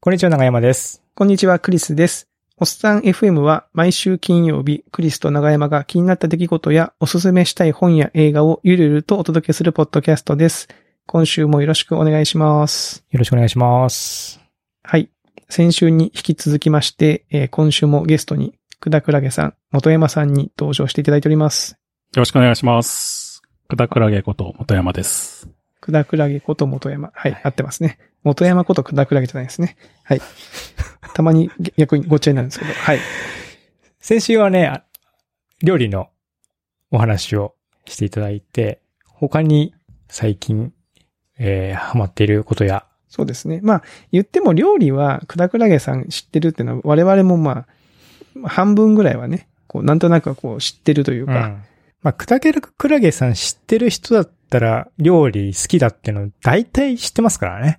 こんにちは、長山です。 こんにちは、クリスです。おっさん FM は毎週金曜日、クリスと長山が気になった出来事やおすすめしたい本や映画をゆるゆるとお届けするポッドキャストです。今週もよろしくお願いします。 よろしくお願いします。 はい。先週に引き続きまして、今週もゲストに久田クラゲさん、本山さんに登場していただいております。 よろしくお願いします。久田クラゲこと本山です。 久田クラゲこと本山。はい、合ってますね。本山こと久田クラゲじゃないですね。はい。たまに逆にごっちゃになるんですけど。はい。 先週はね、料理のお話をしていただいて、他に最近、ハマっていることや。 そうですね。まあ、言っても料理は久田クラゲさん知ってるっていうのは我々もまあ、半分ぐらいはね、こう、なんとなくこう知ってるというか。 まあ、久田クラゲさん知ってる人だったら料理好きだっていうの大体知ってますからね。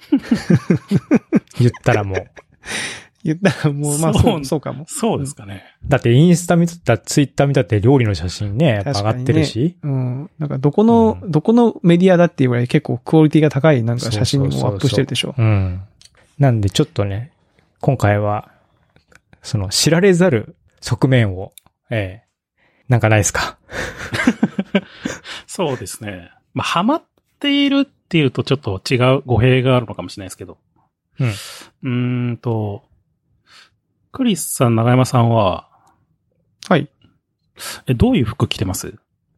言ったらもう。 言ったらもう、まあそうかも。 そうですかね。 だってインスタ見たらツイッター見たって料理の写真ね、やっぱ上がってるし。 ね、うん。なんかどこのメディアだっていうぐらい結構クオリティが高いなんか写真もアップしてるでしょ。 うん。なんでちょっとね、今回は、その知られざる側面を、なんかないですか？ そうですね。まあ、ハマっているっていうとちょっと違う語弊があるのかもしれないですけど。クリスさん、長山さんは、 はい。 どういう服着てます？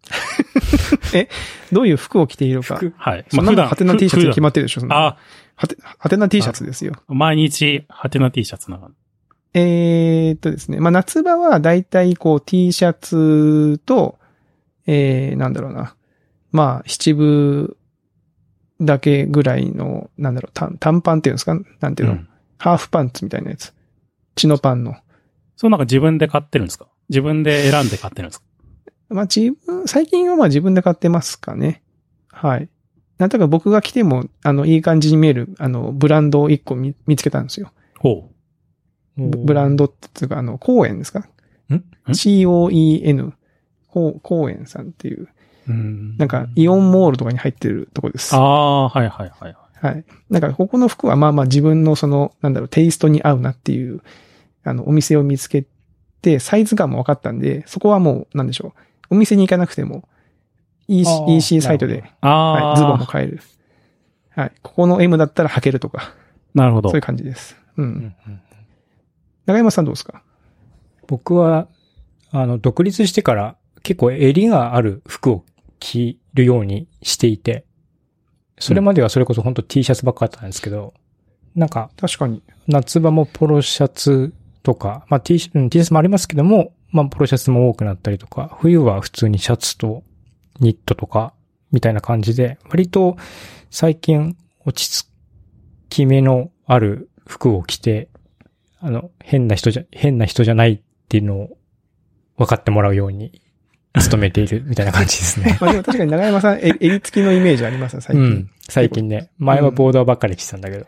どういう服を着ているか。 はい。 まあ、普段ハテナ T シャツに決まってるでしょ。ハテナ T シャツですよ。 毎日ハテナ T シャツなの。 ですね。まあ、夏場はだいたいこう T シャツと、なんだろうな。まあ、七分だけぐらいの、なんだろう、短パンっていうんですか？なんていうの、ハーフパンツみたいなやつ。チノパンの。 そうなんか自分で買ってるんですか？自分で選んで買ってるんですか？ まあ最近はまあ自分で買ってますかね。はい。なんとか僕が着ても、いい感じに見える、ブランドを一個見つけたんですよ。 ほう。 ブランドっていうか、コーエンですか？COEN。コーエンさんっていう。なんか、イオンモールとかに入ってるとこです。 ああ、はいはいはい。 はい。なんか、ここの服はまあまあ自分のその、なんだろう、テイストに合うなっていう、お店を見つけて、サイズ感も分かったんで、そこはもう、なんでしょう。お店に行かなくても、EC サイトで、はい、ズボンも買える。はい。ここの M だったら履けるとか。 なるほど。 そういう感じです。長山さんどうですか？ 僕は、独立してから結構襟がある服を着るようにしていて、それまではそれこそ本当 T シャツばっかだったんですけど、なんか、 確かに。 夏場もポロシャツとか、まあ T シャツもありますけども、まあポロシャツも多くなったりとか、冬は普通にシャツとニットとか、みたいな感じで、割と最近落ち着き目のある服を着て、変な人じゃないっていうのを分かってもらうように努めているみたいな感じですね。 まあでも確かに長山さん、襟付きのイメージありますね、最近。 最近ね。前はボーダーばっかり着てたんだけど。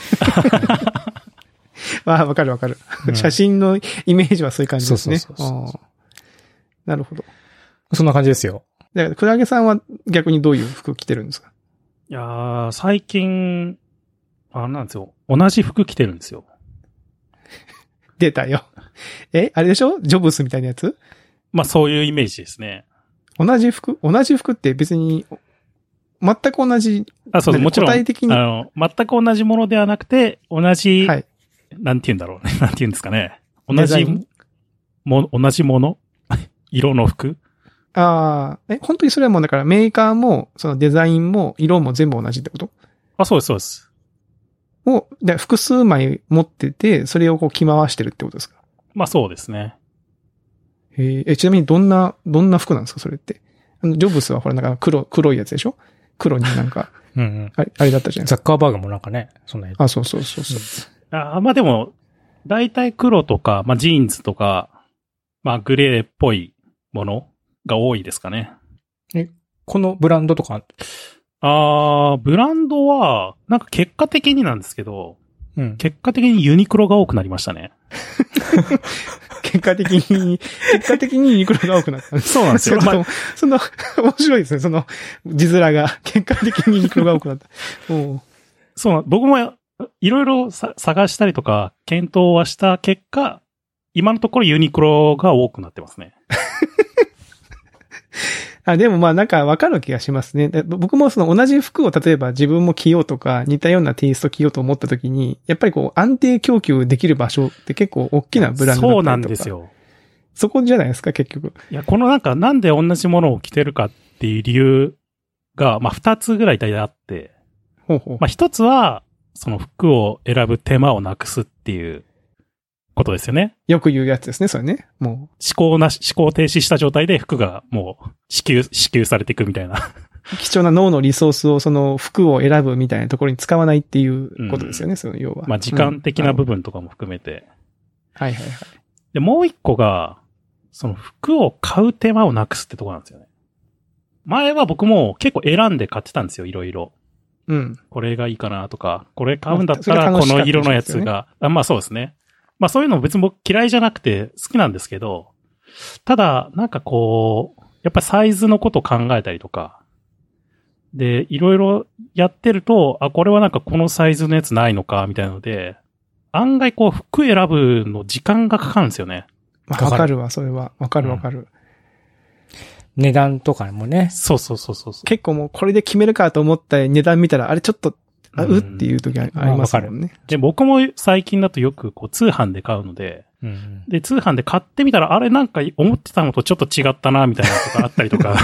まあ、わかる。写真のイメージはそういう感じですね。なるほど。 そんな感じですよ。 だから、クラゲさんは逆にどういう服着てるんですか？ いやー、最近、なんですよ。同じ服着てるんですよ。 出たよ。あれでしょ？ジョブスみたいなやつ？ まあそういうイメージですね。 同じ服って別に、全く同じ。 そう、もちろん。 具体的に。 全く同じものではなくて、同じ、はい、なんて言うんだろうね。なんて言うんですかね。同じもの色の服？ 本当にそれはもうだからメーカーも、そのデザインも、色も全部同じってこと？ そうです。 複数枚持ってて、それをこう着回してるってことですか？ まあそうですね。 ちなみにどんな服なんですかそれって。ジョブスはほらなんか黒いやつでしょ？黒になんか、あれだったじゃないですか。 ザッカーバーグもなんかね、そんなやつ。 そう。 まあでも、大体黒とか、まあジーンズとか、まあグレーっぽいものが多いですかね。 このブランドとか？ ブランドは、なんか結果的になんですけど、結果的にユニクロが多くなりましたね。 結果的にユニクロが多くなった。 そうなんですよ。 その、面白いですね。その、字面が、結果的にユニクロが多くなった。 そう、僕もいろいろ探したりとか、検討はした結果、今のところユニクロが多くなってますね。 でもまあなんかわかる気がしますね。僕もその同じ服を例えば自分も着ようとか似たようなテイスト着ようと思った時に、やっぱりこう安定供給できる場所って結構大きなブランドだったりとか。 そうなんですよ。 そこじゃないですか結局。 いや、このなんで同じものを着てるかっていう理由が、まあ二つぐらい大体あって。 ほうほう。 まあ一つは、その服を選ぶ手間をなくすっていうことですよね。 よく言うやつですね、それね。もう。 思考停止した状態で服がもう支給されていくみたいな。 貴重な脳のリソースをその服を選ぶみたいなところに使わないっていうことですよね、その要は。 まあ時間的な部分とかも含めて。 はいはいはい。 で、もう一個が、その服を買う手間をなくすってところなんですよね。前は僕も結構選んで買ってたんですよ、いろいろ。 うん。 これがいいかなとか、これ買うんだったらこの色のやつが、まあそうですね。まあそういうのも別に僕嫌いじゃなくて好きなんですけど、ただなんかこう、やっぱりサイズのこと考えたりとか、で、いろいろやってると、これはなんかこのサイズのやつないのか、みたいなので、案外こう服選ぶの時間がかかるんですよね。 わかるわ、それは。わかる。 値段とかもね。 そう。 結構もうこれで決めるかと思った値段見たら、あれちょっと、っていう時ありますもんね。 で、僕も最近だとよくこう通販で買うので、で、通販で買ってみたら、あれなんか思ってたのとちょっと違ったな、みたいなとかあったりとか。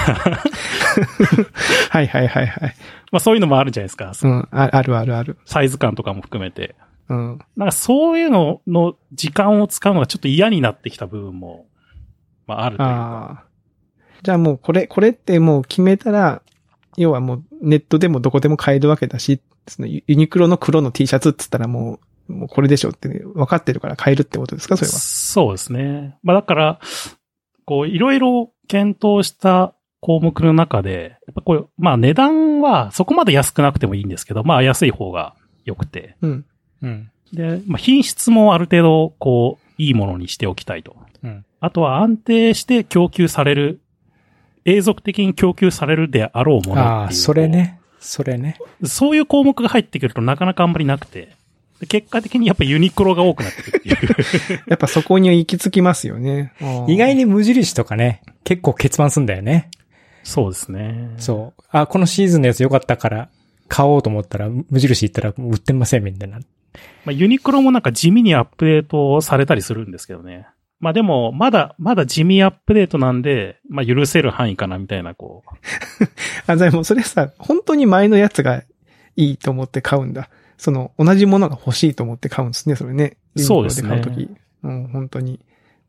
はい。 まあそういうのもあるじゃないですか。 ある。 サイズ感とかも含めて。 うん。 なんかそういうのの時間を使うのがちょっと嫌になってきた部分も、まああるというか。 じゃあもうこれってもう決めたら、要はもうネットでもどこでも買えるわけだし、そのユニクロの黒の T シャツって言ったらもうこれでしょって、ね、分かってるから買えるってことですかそれは。 そうですね。まあだから、こういろいろ検討した項目の中で、やっぱこうまあ値段はそこまで安くなくてもいいんですけど、まあ安い方が良くて。で、まあ品質もある程度こういいものにしておきたいと。あとは安定して供給される、永続的に供給されるであろうものっていう。 それね。 そういう項目が入ってくるとなかなかあんまりなくて。結果的にやっぱユニクロが多くなってくるっていう。 やっぱそこに行き着きますよね。 意外に無印とかね、結構結番すんだよね。 そうですね。 そう。このシーズンのやつ良かったから買おうと思ったら、無印行ったら売ってませんみたいな。 まあユニクロもなんか地味にアップデートされたりするんですけどね。まあでも、まだ地味アップデートなんで、まあ許せる範囲かなみたいな、こう。 でもそれさ、本当に前のやつがいいと思って買うんだ。その、同じものが欲しいと思って買うんですね、それね。 そうですね。 買うとき。本当に。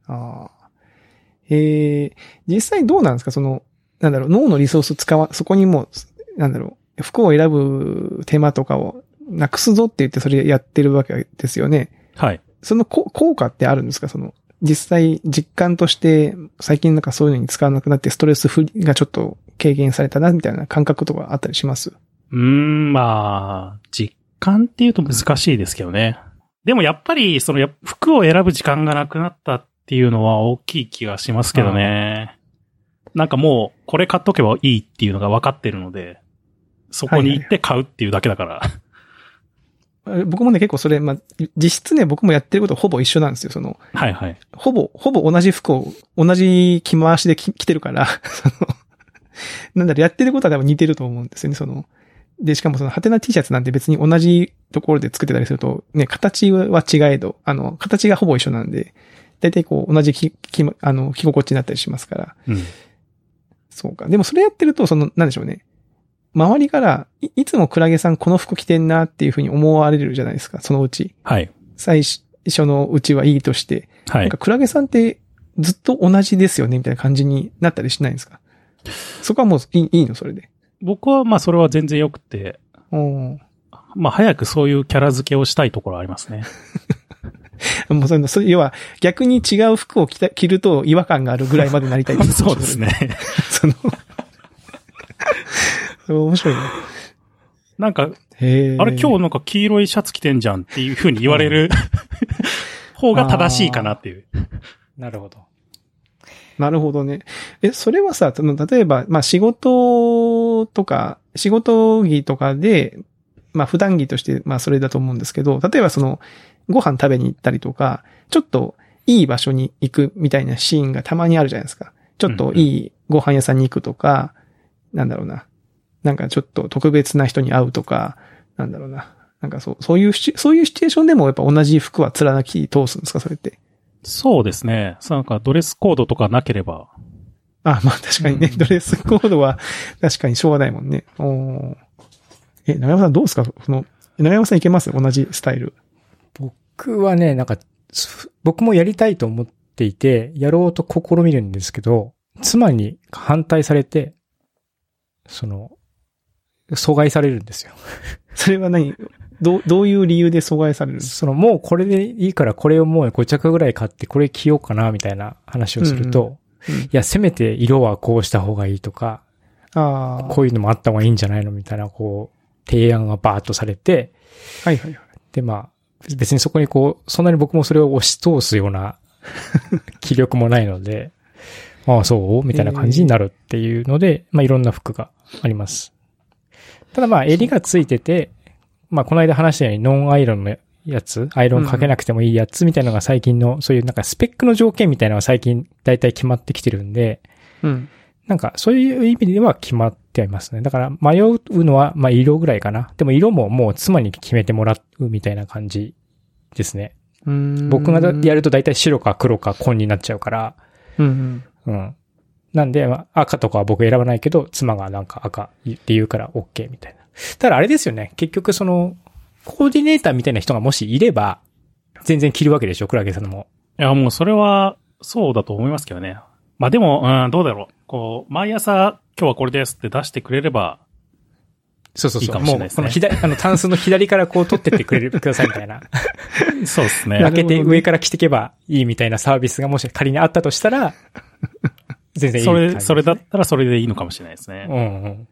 実際どうなんですかその、脳のリソースそこにもう、服を選ぶ手間とかをなくすぞって言ってそれやってるわけですよね。 はい。 その効果ってあるんですかその、実際実感として最近なんかそういうのに使わなくなってストレスがちょっと軽減されたなみたいな感覚とかあったりします？ まあ、実感っていうと難しいですけどね。でもやっぱり服を選ぶ時間がなくなったっていうのは大きい気がしますけどね。なんかもうこれ買っとけばいいっていうのが分かってるので、そこに行って買うっていうだけだから。 僕もね、結構それ、実質ね、僕もやってることほぼ一緒なんですよ、 はい。 ほぼ同じ服を、同じ着回しで着てるから、やってることは多分似てると思うんですよね、で、しかもハテナ T シャツなんて別に同じところで作ってたりすると、ね、形は違えど、形がほぼ一緒なんで、だいたいこう、同じ着心地になったりしますから。そうか。でもそれやってると、なんでしょうね。周りから、いつもクラゲさんこの服着てんなっていうふうに思われるじゃないですか、そのうち。 はい。 最初のうちはいいとして。 はい。 なんかクラゲさんってずっと同じですよねみたいな感じになったりしないんですか？そこはもういいのそれで。 僕はそれは全然良くて。早くそういうキャラ付けをしたいところありますね。 もう要は逆に違う服を着ると違和感があるぐらいまでなりたいそうですね。 面白いね。 なんか、あれ今日なんか黄色いシャツ着てんじゃんっていう風に言われる方が正しいかなっていう。 なるほど。 なるほどね。それはさ、例えば、仕事着とかで、 まあ普段着として、まあそれだと思うんですけど、例えばご飯食べに行ったりとか、ちょっといい場所に行くみたいなシーンがたまにあるじゃないですか。ちょっといいご飯屋さんに行くとか、なんだろうな。なんかちょっと特別な人に会うとか、なんだろうな。なんかそういうシチュエーションでもやっぱ同じ服は貫き通すんですか、それって。 そうですね。なんかドレスコードとかなければ。 まあ確かにね、ドレスコードは確かにしょうがないもんね。長山さんどうですか？長山さんいけます？同じスタイル。 僕はね、なんか、僕もやりたいと思っていて、やろうと試みるんですけど、妻に反対されて、阻害されるんですよ。 それはどういう理由で阻害されるんですか？ もうこれでいいからこれをもう5着ぐらい買ってこれ着ようかなみたいな話をすると、いや、せめて色はこうした方がいいとか、こういうのもあった方がいいんじゃないのみたいな、提案がバーッとされて、 はいはいはい。 で、まあ、別にそこにそんなに僕もそれを押し通すような気力もないので、ああ、そうみたいな感じになるっていうので、まあいろんな服があります。ただまあ襟がついてて、まあこの間話したようにノンアイロンのやつ、アイロンかけなくてもいいやつみたいなのが最近の、そういうなんかスペックの条件みたいなのが最近大体決まってきてるんで、なんかそういう意味では決まってはいますね。だから迷うのはまあ色ぐらいかな。でも色ももう妻に決めてもらうみたいな感じですね。僕がやると大体白か黒か紺になっちゃうから、なんで、まあ、赤とかは僕選ばないけど、妻がなんか赤って言うから OK みたいな。ただあれですよね。結局コーディネーターみたいな人がもしいれば、全然着るわけでしょ、クラゲさんも。 いや、もうそれは、そうだと思いますけどね。まあでも、どうだろう。毎朝、今日はこれですって出してくれれば、 そう。 いいかもしれないですね。 もうタンスの左から取ってってくださいみたいな。 そうですね。 開けて上から着ていけばいいみたいなサービスがもし仮にあったとしたら、全然いい感じですね。 それだったらそれでいいのかもしれないですね。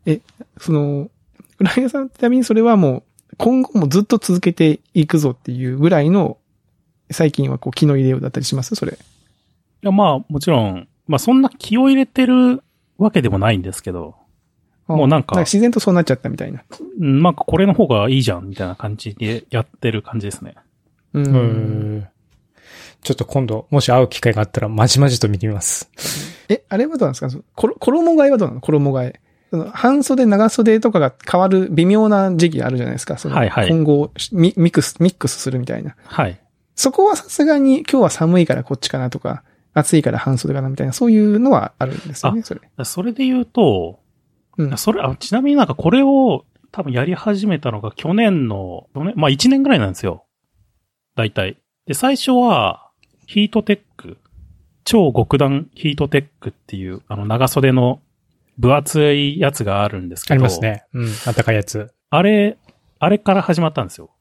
クラゲさんちなみにそれはもう、今後もずっと続けていくぞっていうぐらいの、最近は気の入れようだったりします？それ。いや、まあ、もちろん、まあそんな気を入れてるわけでもないんですけど、もうなんか自然とそうなっちゃったみたいな。 なんかこれの方がいいじゃんみたいな感じでやってる感じですね。 ちょっと今度、もし会う機会があったら、まじまじと見てみます。 あれはどうなんですか？衣替えはどうなの？衣替え。半袖、長袖とかが変わる微妙な時期あるじゃないですか。 はいはい。 今後ミックスするみたいな。 はい。そこはさすがに今日は寒いからこっちかなとか、暑いから半袖かなみたいな、そういうのはあるんですよね、それ。 それで言うと、ちなみになんかこれを多分やり始めたのがまあ1年ぐらいなんですよ。大体。で、最初はヒートテック、超極暖ヒートテックっていう長袖の分厚いやつがあるんですけど。 ありますね。暖かいやつ。 あれから始まったんですよ。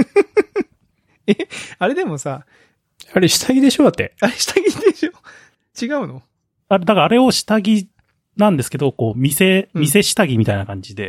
あれでもさ、 あれ下着でしょだって。 あれ下着でしょ違うの？ だからあれを下着なんですけど、店下着みたいな感じで。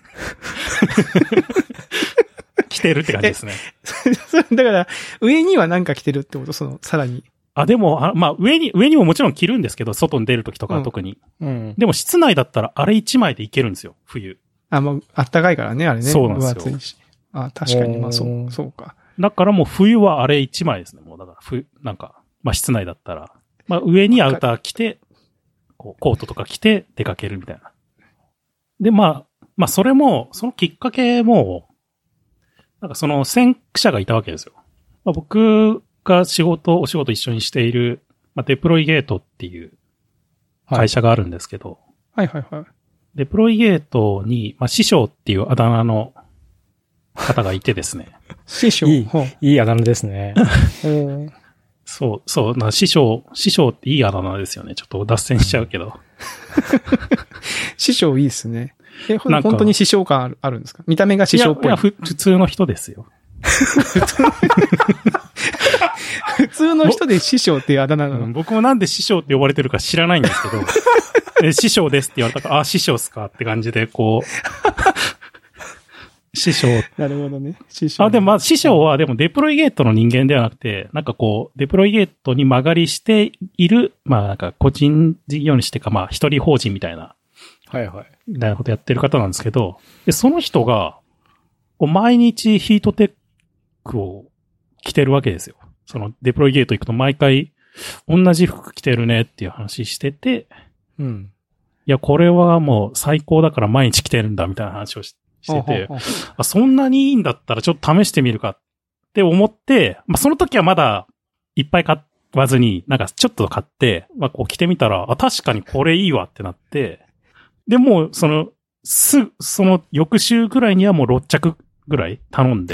着てるって感じですね。 だから、上にはなんか着てるってこと？さらに。 でも、まあ、上にももちろん着るんですけど、外に出るときとかは特に。でも室内だったらあれ1枚でいけるんですよ、冬。 もう、あったかいからね、あれね。 そうなんですよ。 分厚いし。確かに、まあそうか。 だからもう冬はあれ1枚ですね、もうだからなんか、まあ室内だったら。まあ上にアウター着て、コートとか着て出かけるみたいな。で、まあそれも、そのきっかけも、なんか先駆者がいたわけですよ。まあ、僕がお仕事一緒にしている、まあ、デプロイゲートっていう会社があるんですけど、 はいはいはい。 デプロイゲートに、まあ、師匠っていうあだ名の方がいてですね。 師匠いいあだ名ですね。 そう、師匠っていいあだ名ですよね。ちょっと脱線しちゃうけど。 師匠いいですね。本当に師匠感あるんですか？見た目が師匠っぽい。 いや、普通の人ですよ。 普通の人で師匠っていうあだ名なの？ 僕もなんで師匠って呼ばれてるか知らないんですけど、師匠ですって言われたから、師匠っすかって感じで、師匠。 なるほどね。師匠。 でもまあ師匠はでもデプロイゲートの人間ではなくて、なんかデプロイゲートに間借りしている、まあなんか個人事業主っていうかまあ一人法人みたいな。 はいはい。 みたいなことやってる方なんですけど、で、その人が、 毎日ヒートテックを着てるわけですよ。そのデプロイゲート行くと毎回同じ服着てるねっていう話してて、 うん。 いや、これはもう最高だから毎日着てるんだみたいな話をしてて、あ、そんなにいいんだったらちょっと試してみるかって思って、まあその時はまだいっぱい買わずに、なんかちょっと買って、まあこう着てみたら、あ、確かにこれいいわってなって、で、もうその翌週ぐらいにはもう6着ぐらい頼んで。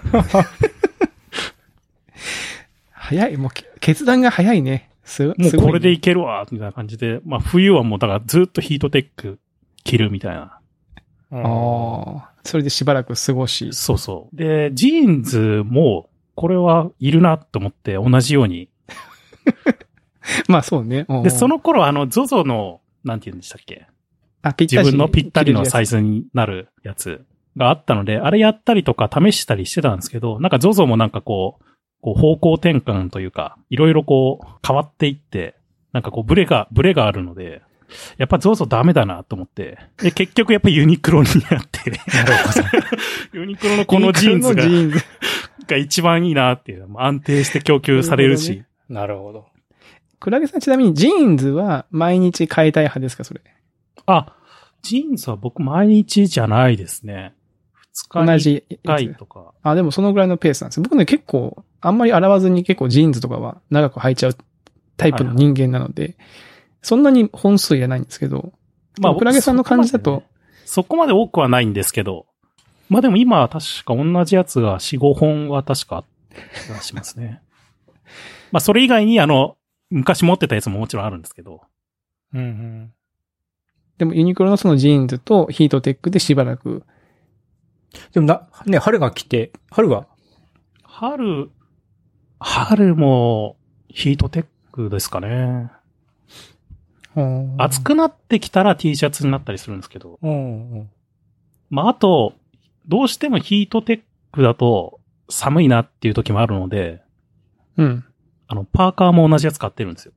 早い。もう決断が早いね。もうこれでいけるわ、みたいな感じで。まあ冬はもうだからずっとヒートテック着るみたいな。 ああ。それでしばらく過ごし。 そうそう。で、ジーンズも、これはいるなと思って同じように。 まあそうね。 で、その頃ZOZO の、なんて言うんでしたっけ？自分のぴったりのサイズになるやつがあったので、あれやったりとか試したりしてたんですけど、なんか ZOZO もなんかこう方向転換というか、いろいろこう変わっていって、なんかこうブレがあるので、やっぱ ZOZO ダメだなと思って、で、結局やっぱユニクロになって、 なるほど。 ユニクロのこのジーンズが一番いいなっていう、安定して供給されるし。 なるほど。 クラゲさんちなみにジーンズは毎日変えたい派ですか、それ？ あ、ジーンズは僕毎日じゃないですね。2日に1回とか。 あ、でもそのぐらいのペースなんです。僕ね結構、あんまり洗わずに結構ジーンズとかは長く履いちゃうタイプの人間なので、はいはい、そんなに本数いらないんですけど、まあ、クラゲさんの感じだと、 そこまで多くはないんですけど、まあでも今は確か同じやつが4、5本は確かあった気がしますね。まあそれ以外に昔持ってたやつももちろんあるんですけど。 うんうん。 でもユニクロのそのジーンズとヒートテックでしばらく。 でも春が来て、春もヒートテックですかね。暑くなってきたら T シャツになったりするんですけど。まああと、どうしてもヒートテックだと寒いなっていう時もあるので、 うん。 パーカーも同じやつ買ってるんですよ。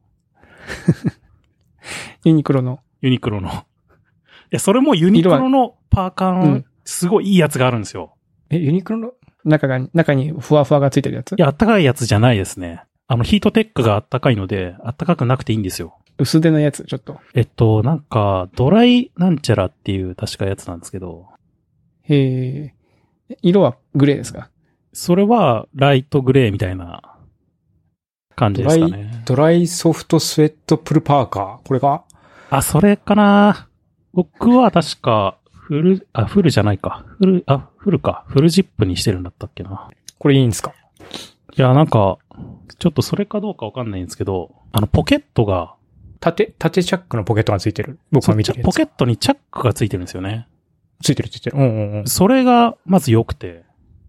ユニクロの。 いや、それもユニクロのパーカーのすごいいいやつがあるんですよ。 ユニクロの中にふわふわがついてるやつ？ いや、あったかいやつじゃないですね。ヒートテックがあったかいので、あったかくなくていいんですよ。 薄手のやつ、ちょっと。 なんか、ドライなんちゃらっていう確かやつなんですけど。 へえ。色はグレーですか？ それはライトグレーみたいな感じですかね。 ドライソフトスウェットプルパーカー。これが？ あ、それかな。僕は確か、フルじゃないか。フルか。フルジップにしてるんだったっけな。 これいいんですか？ いや、なんか、ちょっとそれかどうかわかんないんですけど、ポケットが、 縦チャックのポケットがついてる。僕が見てるやつ。 ポケットにチャックがついてるんですよね。 ついてる。うん。 それが、まず良くて。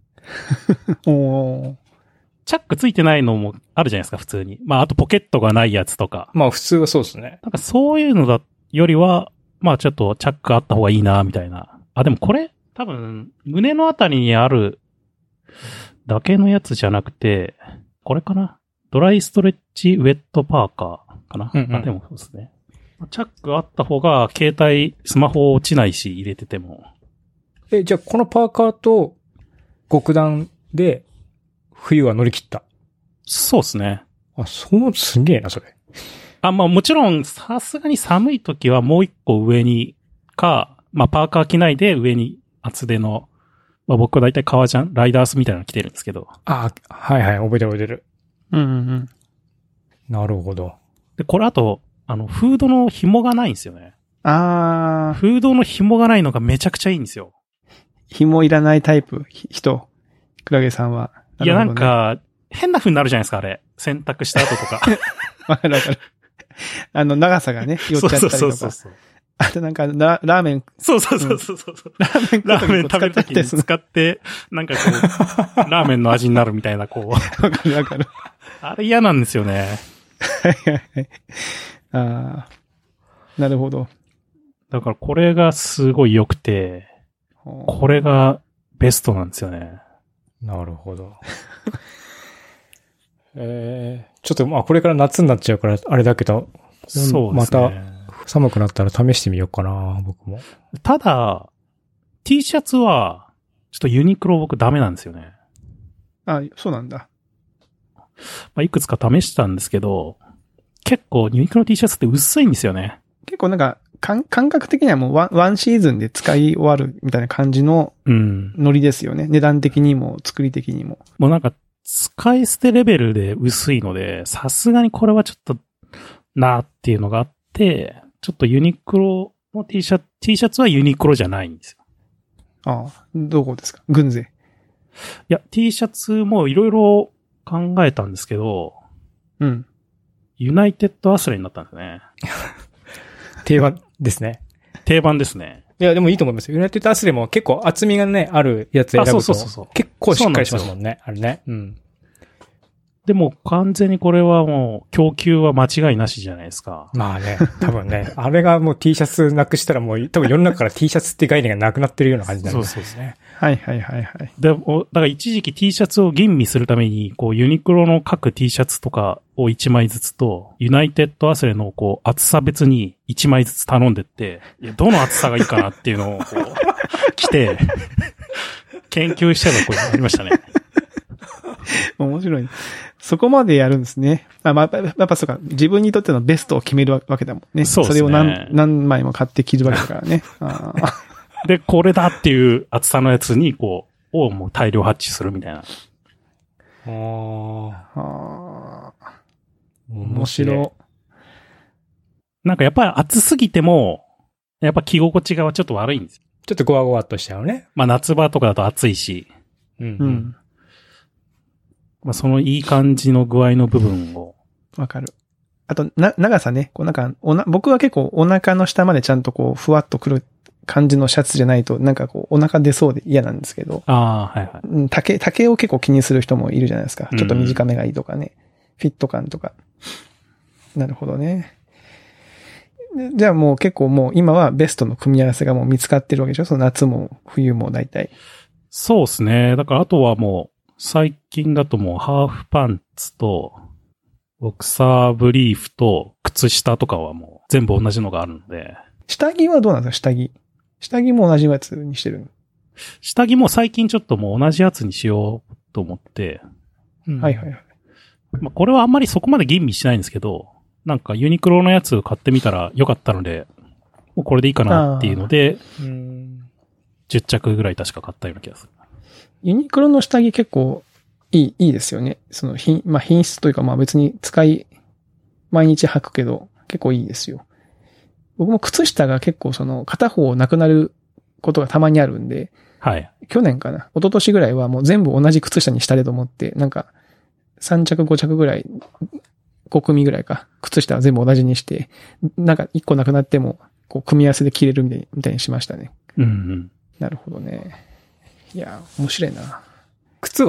おー。 チャックついてないのもあるじゃないですか、普通に。まあ、あとポケットがないやつとか。 まあ、普通はそうですね。 なんかそういうのよりは、まあちょっとチャックあった方がいいな、みたいな。あ、でもこれ、多分、胸のあたりにあるだけのやつじゃなくて、これかな？ドライストレッチウェットパーカーかな？あ、でもそうですね。チャックあった方が、携帯、スマホ落ちないし、入れてても。 じゃあこのパーカーと極暖で、冬は乗り切った？ そうですね。 あ、すげえな、それ。 あ、まあもちろん、さすがに寒い時はもう一個上にまあパーカー着ないで上に厚手の、まあ僕はだいたい革ジャン、ライダースみたいなの着てるんですけど。 あ、はいはい、覚えてる。 うん。 なるほど。 で、これあと、フードの紐がないんですよね。フードの紐がないのがめちゃくちゃいいんですよ。 紐いらないタイプ、人、クラゲさんは。 いや、なんか、変な風になるじゃないですか、あれ。洗濯した後とか。 わかる。長さがね、寄っちゃったりとか。そう。あとなんか、ラーメン。 そう。ラーメン食べるときに使って、なんかこう、ラーメンの味になるみたいな、こう。 わかる。 あれ嫌なんですよね。 はい。ああ、なるほど。 だからこれがすごい良くて、これがベストなんですよね。 なるほど。ちょっとまあこれから夏になっちゃうからあれだけど、 そうですね。 また寒くなったら試してみようかな、僕も。 ただ、T シャツはちょっとユニクロ僕ダメなんですよね。 あ、そうなんだ。 まあ、いくつか試したんですけど、結構ユニクロの T シャツって薄いんですよね。 結構なんか、感覚的にはもうワンシーズンで使い終わるみたいな感じのノリですよね。値段的にも作り的にも。 もうなんか、使い捨てレベルで薄いので、さすがにこれはちょっとなっていうのがあって、ちょっとユニクロの T シャツはユニクロじゃないんですよ。 ああ、どこですか？軍勢。 いや、T シャツもいろいろ考えたんですけど、 うん。 ユナイテッドアスレになったんですね。 定番ですね。 定番ですね。 いや、でもいいと思いますよ。ユナイテッドアスレも結構厚みがね、あるやつ選ぶと。 そう。 結構しっかりしますもんね。あれね。うん。 でも完全にこれはもう供給は間違いなしじゃないですか。 まあね、多分ね、あれがもう T シャツなくしたらもう多分世の中から T シャツって概念がなくなってるような感じになるんですね。そうですね。 はい。 で、だから一時期 T シャツを吟味するために、こうユニクロの各 T シャツとかを1枚ずつと、ユナイテッドアスレのこう厚さ別に1枚ずつ頼んでって、いやどの厚さがいいかなっていうのをこう来て、研究したのこれありましたね。 面白い。そこまでやるんですね。やっぱそうか、自分にとってのベストを決めるわけだもんね。 そうですね。 それを何枚も買って着るわけだからね。 で、これだっていう厚さのやつに、こう、をもう大量発注するみたいな。 面白い。 なんかやっぱり厚すぎても、やっぱ着心地がちょっと悪いんですよ。 ちょっとゴワゴワっとしちゃうね。 まあ夏場とかだと暑いし。 うん。 まあそのいい感じの具合の部分を。 わかる。あと、長さね。こうなんか、僕は結構お腹の下までちゃんとこう、ふわっとくる感じのシャツじゃないと、なんかこう、お腹出そうで嫌なんですけど。 はい。 丈を結構気にする人もいるじゃないですか。ちょっと短めがいいとかね。フィット感とか。なるほどね。じゃあもう結構もう今はベストの組み合わせがもう見つかってるわけでしょ？その夏も冬も大体。 そうですね。だからあとはもう、最近だともうハーフパンツと、ボクサーブリーフと靴下とかはもう全部同じのがあるので。 下着はどうなんですか？下着も同じやつにしてる？ 下着も最近ちょっともう同じやつにしようと思って。 はい。 まあこれはあんまりそこまで吟味しないんですけど、なんかユニクロのやつ買ってみたら良かったので、もうこれでいいかなっていうので、10着ぐらい確か買ったような気がする。 ユニクロの下着結構いいですよね。その品質というかまあ別に毎日履くけど結構いいですよ。僕も靴下が結構その片方なくなることがたまにあるんで、 はい。 去年かな、一昨年ぐらいはもう全部同じ靴下にしたれと思って、なんか3着5着ぐらい、5組ぐらいか、靴下は全部同じにして、なんか1個なくなっても、こう組み合わせで着れるみたいにしましたね。なるほどね。いや、面白いな。 靴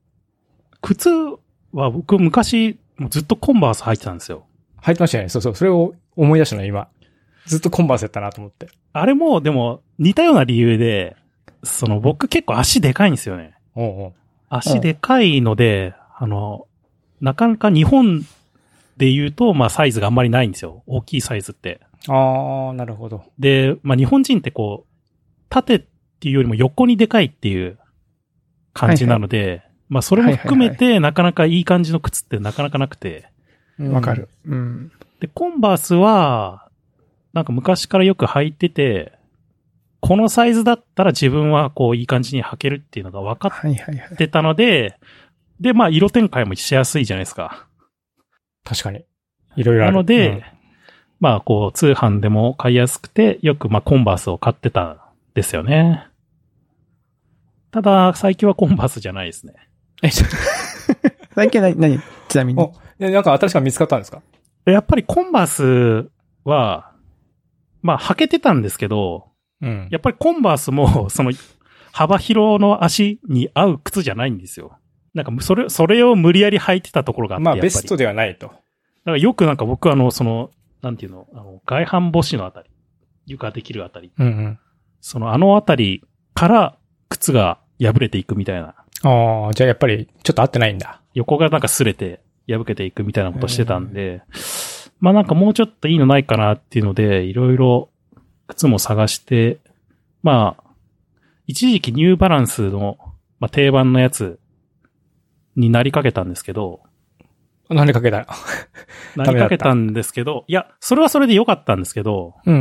は僕昔、もうずっとコンバース履いてたんですよ。 履いてましたよね。そう。それを思い出したの今。ずっとコンバースやったなと思って。 あれも、でも、似たような理由で、僕結構足でかいんですよね。足でかいので、なかなか日本で言うと、まあサイズがあんまりないんですよ。大きいサイズって。 なるほど。 で、まあ日本人ってこう、縦っていうよりも横にでかいっていう感じなので、まあそれも含めて、なかなかいい感じの靴ってなかなかなくて。 わかる。 で、コンバースは、なんか昔からよく履いてて、このサイズだったら自分はこういい感じに履けるっていうのが分かってたので、で、まあ色展開もしやすいじゃないですか。 確かに。いろいろある。 なので、まあこう通販でも買いやすくて、よくまあコンバースを買ってたんですよね。ただ、最近はコンバースじゃないですね。 最近は何ちなみに。 なんか新しく見つかったんですか？ やっぱりコンバースは、まあ履けてたんですけど、やっぱりコンバースも、幅広の足に合う靴じゃないんですよ。なんか、それを無理やり履いてたところがあって。 まあ、ベストではないと。 だからよくなんか僕なんていうの、外反母趾のあたり、床できるあたり。あのあたりから靴が破れていくみたいな。 じゃあやっぱりちょっと合ってないんだ。 横がなんか擦れて破けていくみたいなことしてたんで、まあなんかもうちょっといいのないかなっていうので、いろいろ靴も探して、まあ、 一時期ニューバランスの、まあ、定番のやつになりかけたんですけど。 なりかけた。 なりかけたんですけど、いや、それはそれで良かったんですけど、 うん。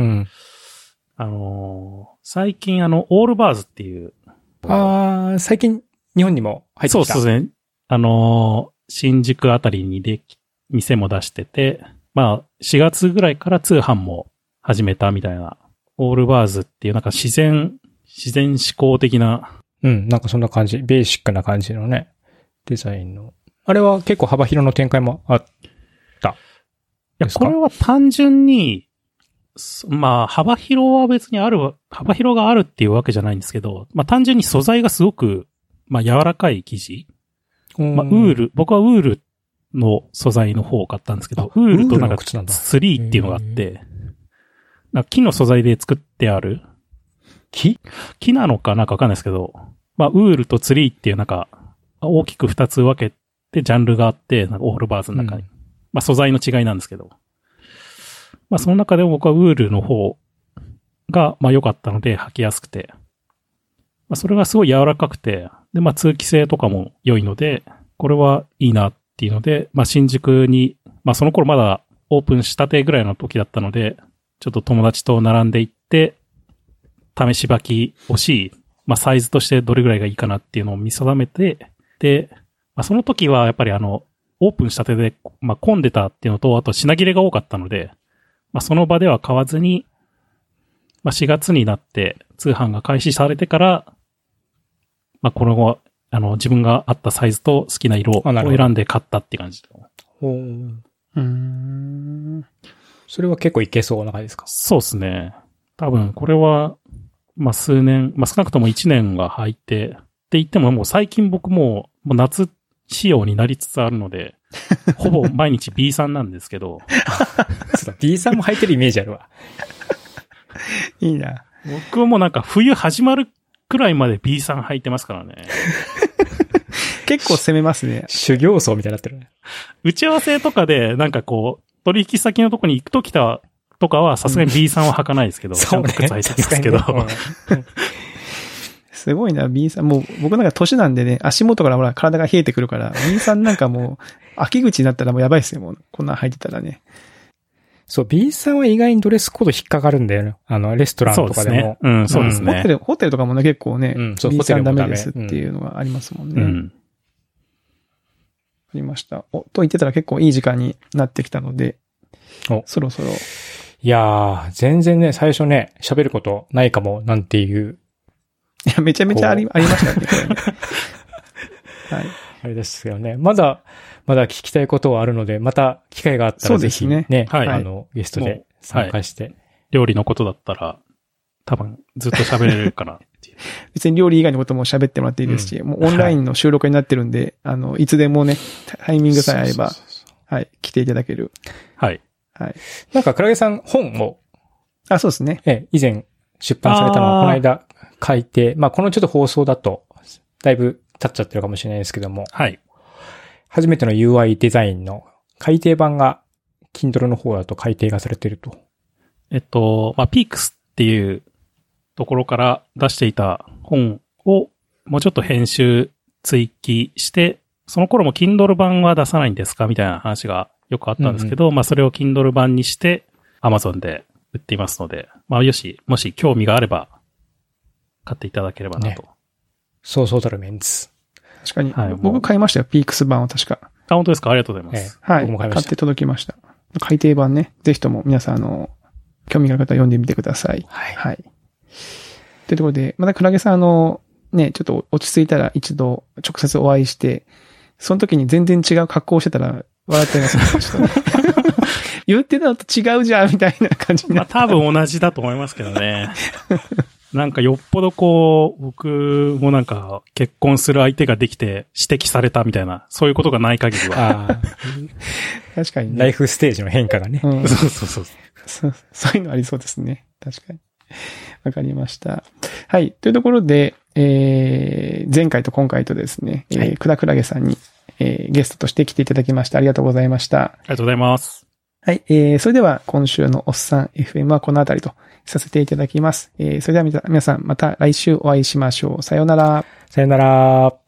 最近オールバーズっていう。 最近日本にも入ってきた。 そうですね。新宿あたりに店も出してて、まあ、4月ぐらいから通販も始めたみたいな、オールバーズっていうなんか自然思考的な。 うん、なんかそんな感じ。ベーシックな感じのね、デザインの。あれは結構幅広の展開もあったですか？ いや、これは単純に、まあ、幅広は別に幅広があるっていうわけじゃないんですけど、まあ単純に素材がすごく、まあ柔らかい生地。まあ僕はウールの素材の方を買ったんですけど、ウールとなんかツリーっていうのがあって、なんか木の素材で作ってある。木なのかなんかわかんないですけど、まあウールとツリーっていうなんか大きく2つ分けてジャンルがあって、なんかオールバーズの中に。まあ素材の違いなんですけど。まあその中でも僕はウールの方がまあ良かったので履きやすくて。まあそれがすごい柔らかくて、でまあ通気性とかも良いので、これはいいなっていうので、まあ新宿に、まあその頃まだオープンしたてぐらいの時だったので、ちょっと友達と並んで行って、試し履きをし、まあサイズとしてどれぐらいがいいかなっていうのを見定めて、で、まあその時はやっぱりオープンしたてで、まあ混んでたっていうのと、あと品切れが多かったので、まあその場では買わずに、まあ4月になって通販が開始されてから、まあこの後、自分が合ったサイズと好きな色を選んで買ったっていう感じ。 それは結構いけそうな感じですか？ そうですね。多分これは、まあ数年、まあ少なくとも1年は履いて、って言ってももう最近僕もう夏仕様になりつつあるので、ほぼ毎日 B さんなんですけど。 そうだ、B さんも履いてるイメージあるわ。 いいな。 僕はもうなんか冬始まるくらいまで B さん履いてますからね。 結構攻めますね。 修行僧みたいになってるね。 打ち合わせとかでなんかこう、取引先のとこに行くときとかはさすがに B さんは履かないですけど、ちゃんと靴履いてますけど。 すごいな、B さん。もう僕なんか年なんでね、足元からほら体が冷えてくるから、B さんなんかもう、秋口になったらもうやばいっすよ、もう。こんなん履いてたらね。 そう、B さんは意外にドレスコード引っかかるんだよね。レストランとかでも。 そうですね。うん、そうですね。 ホテルとかもね、結構ね、 そう B さんダメですっていうのがありますもんね。 うん。 ありました。と言ってたら結構いい時間になってきたので、そろそろ。 いやー、全然ね、最初ね、喋ることないかも、なんていう。 いや、めちゃめちゃありましたね、これね。はい。 あれですよね。まだ聞きたいことはあるので、また機会があったらぜひね、 はい、 ゲストで参加して、 料理のことだったら、多分ずっと喋れるかなっていう。 別に料理以外のことも喋ってもらっていいですし、もうオンラインの収録になってるんで、いつでもね、タイミングさえあれば、はい、来ていただける。 はい。 はい。 なんか、倉毛さん本を、 そうですね。 以前出版されたのは、この間書いて、まあ、このちょっと放送だと、だいぶ経っちゃってるかもしれないですけども、 はい。 初めての UI デザインの改訂版が、Kindle の方だと改訂がされていると。 まあ、Peaks っていうところから出していた本を、もうちょっと編集追記して、その頃も Kindle 版は出さないんですかみたいな話がよくあったんですけど、まあそれを Kindle 版にして Amazon で売っていますので、まあもし興味があれば買っていただければなと。ね、 そうたるメンツ。 確かに。はい、僕買いましたよ。Peaks 版は確か。 本当ですか？ありがとうございます。 はい。僕も買いました。買って届きました。改訂版ね。ぜひとも皆さん興味がある方は読んでみてください。 はい。 はい。というところで、また倉毛さんね、ちょっと落ち着いたら一度直接お会いして、その時に全然違う格好をしてたら笑っちゃいますね。ちょっとね言ってたのと違うじゃんみたいな感じになって。 まあ多分同じだと思いますけどね。なんかよっぽどこう、僕もなんか結婚する相手ができて指摘されたみたいな、そういうことがない限りは。 確かにね。 ライフステージの変化がね。 そういうのありそうですね。確かに。わかりました。はい。というところで、前回と今回とですね、くらくらげさんに、ゲストとして来ていただきました。ありがとうございました。 ありがとうございます。 はい。それでは今週のおっさん FM はこのあたりとさせていただきます。それでは皆さんまた来週お会いしましょう。さようなら。 さよなら。